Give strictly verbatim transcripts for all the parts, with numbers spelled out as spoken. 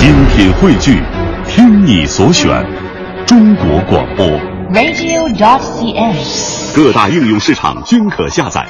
精品汇聚，听你所选，中国广播 radio dot c n， 各大应用市场均可下载。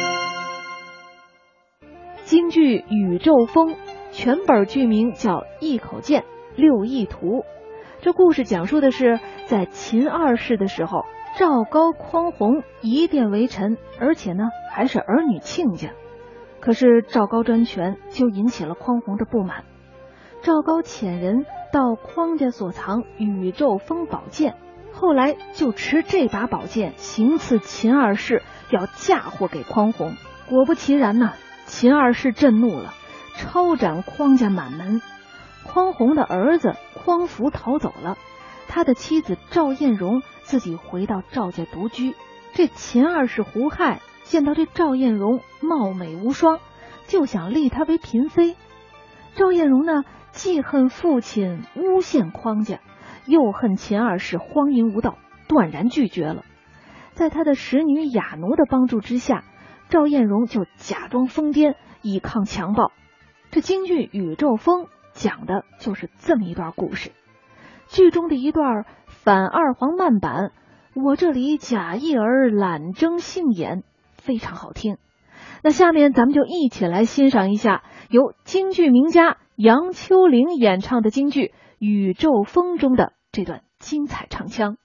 京剧《宇宙风》全本剧名叫《一口剑六义图》。这故事讲述的是在秦二世的时候，赵高、匡弘一殿为臣，而且呢还是儿女亲家。可是赵高专权，就引起了匡弘的不满。赵高遣人到匡家所藏宇宙风宝剑，后来就持这把宝剑行刺秦二世，要嫁祸给匡弘。果不其然呢，秦二世震怒了，抄斩匡家满门。匡弘的儿子匡福逃走了，他的妻子赵艳荣自己回到赵家独居。这秦二世胡亥见到这赵艳荣貌美无双，就想立她为嫔妃。赵艳荣呢，既恨父亲诬陷匡家，又恨秦二世荒淫无道，断然拒绝了。在他的使女雅奴的帮助之下，赵艳荣就假装疯癫，以抗强暴。这京剧《宇宙风》讲的就是这么一段故事。剧中的一段反二黄慢板，我这里假意儿懒睁杏眼，非常好听。那下面咱们就一起来欣赏一下由京剧名家杨秋玲演唱的京剧《宇宙风》中的这段精彩唱腔。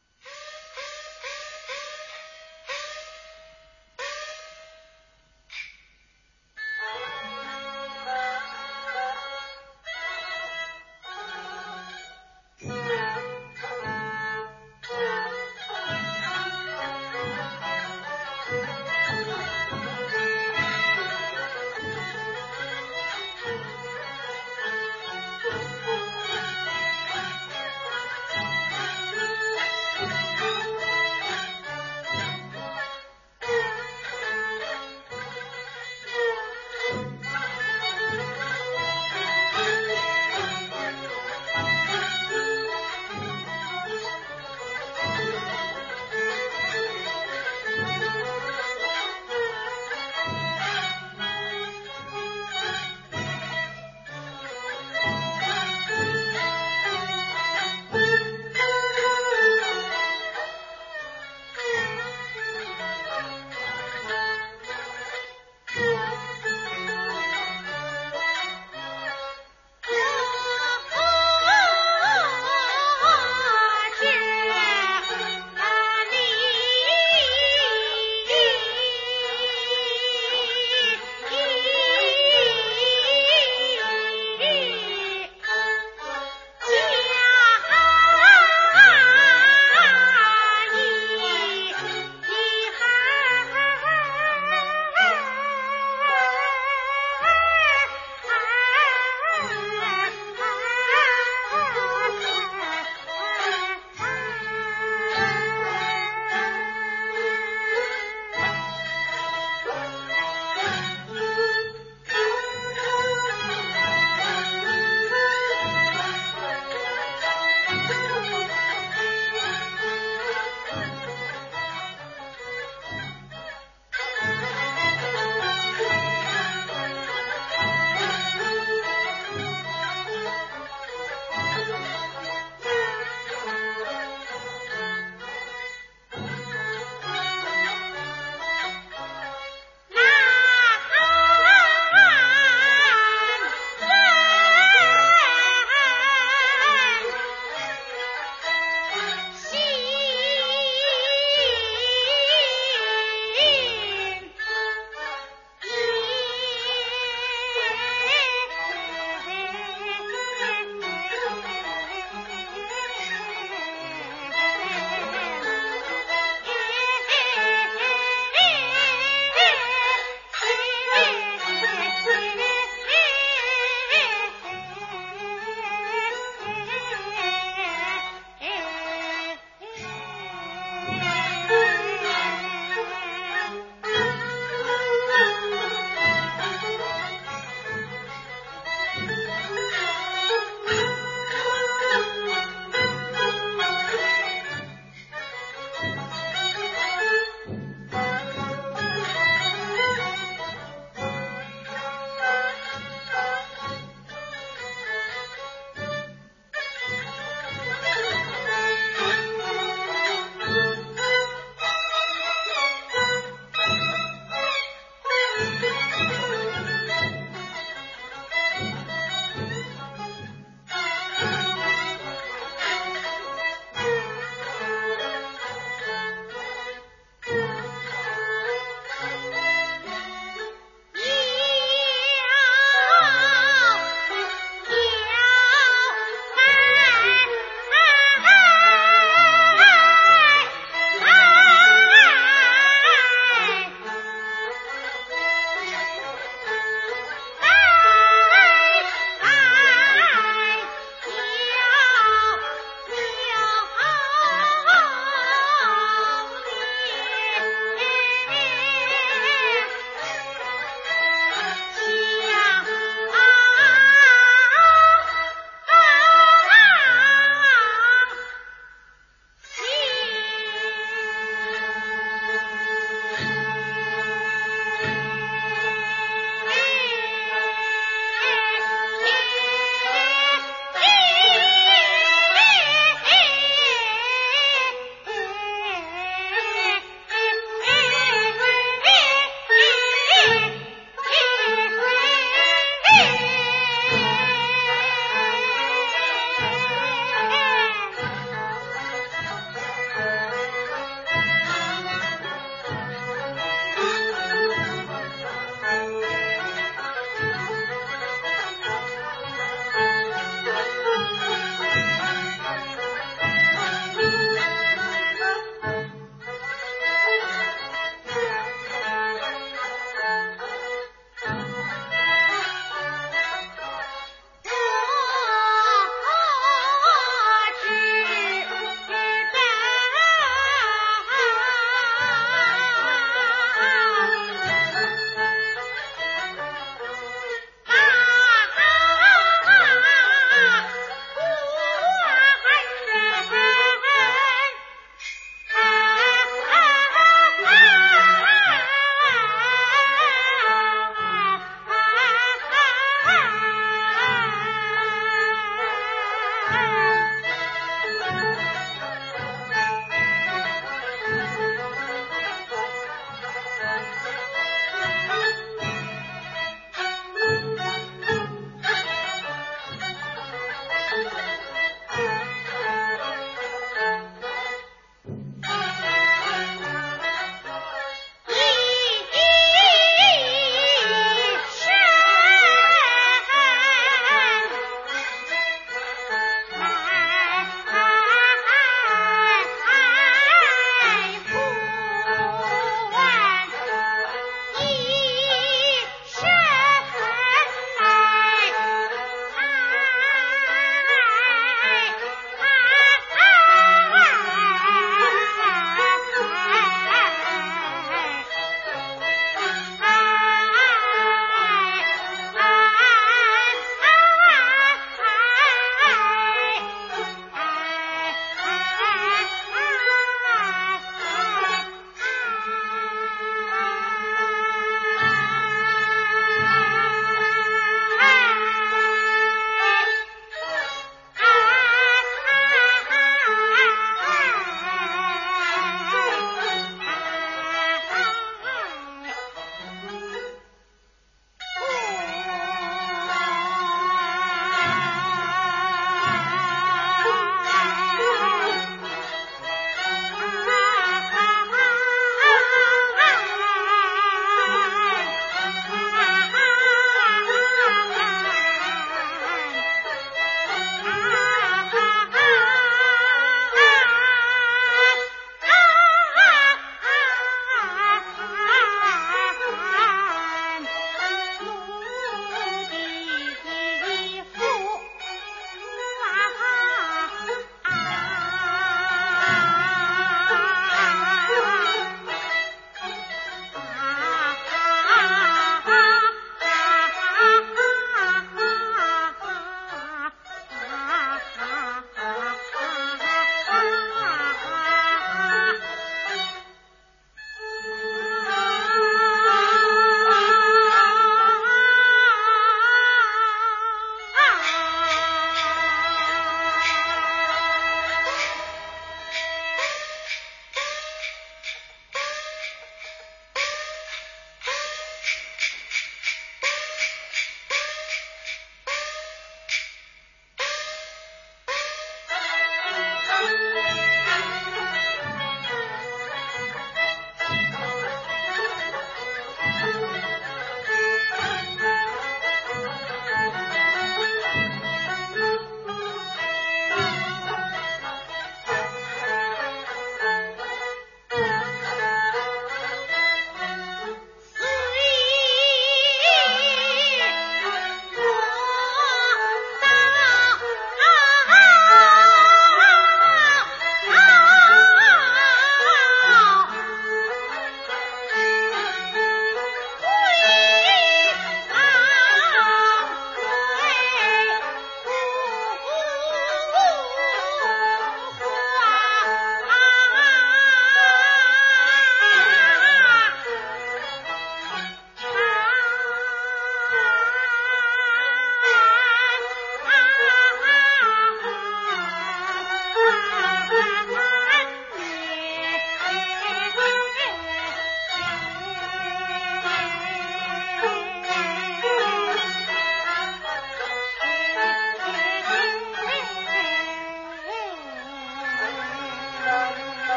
来。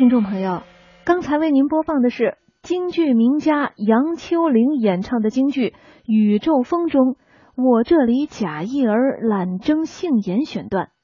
听众朋友，刚才为您播放的是京剧名家杨秋玲演唱的京剧《宇宙风》中我这里贾谊儿懒争杏眼选段。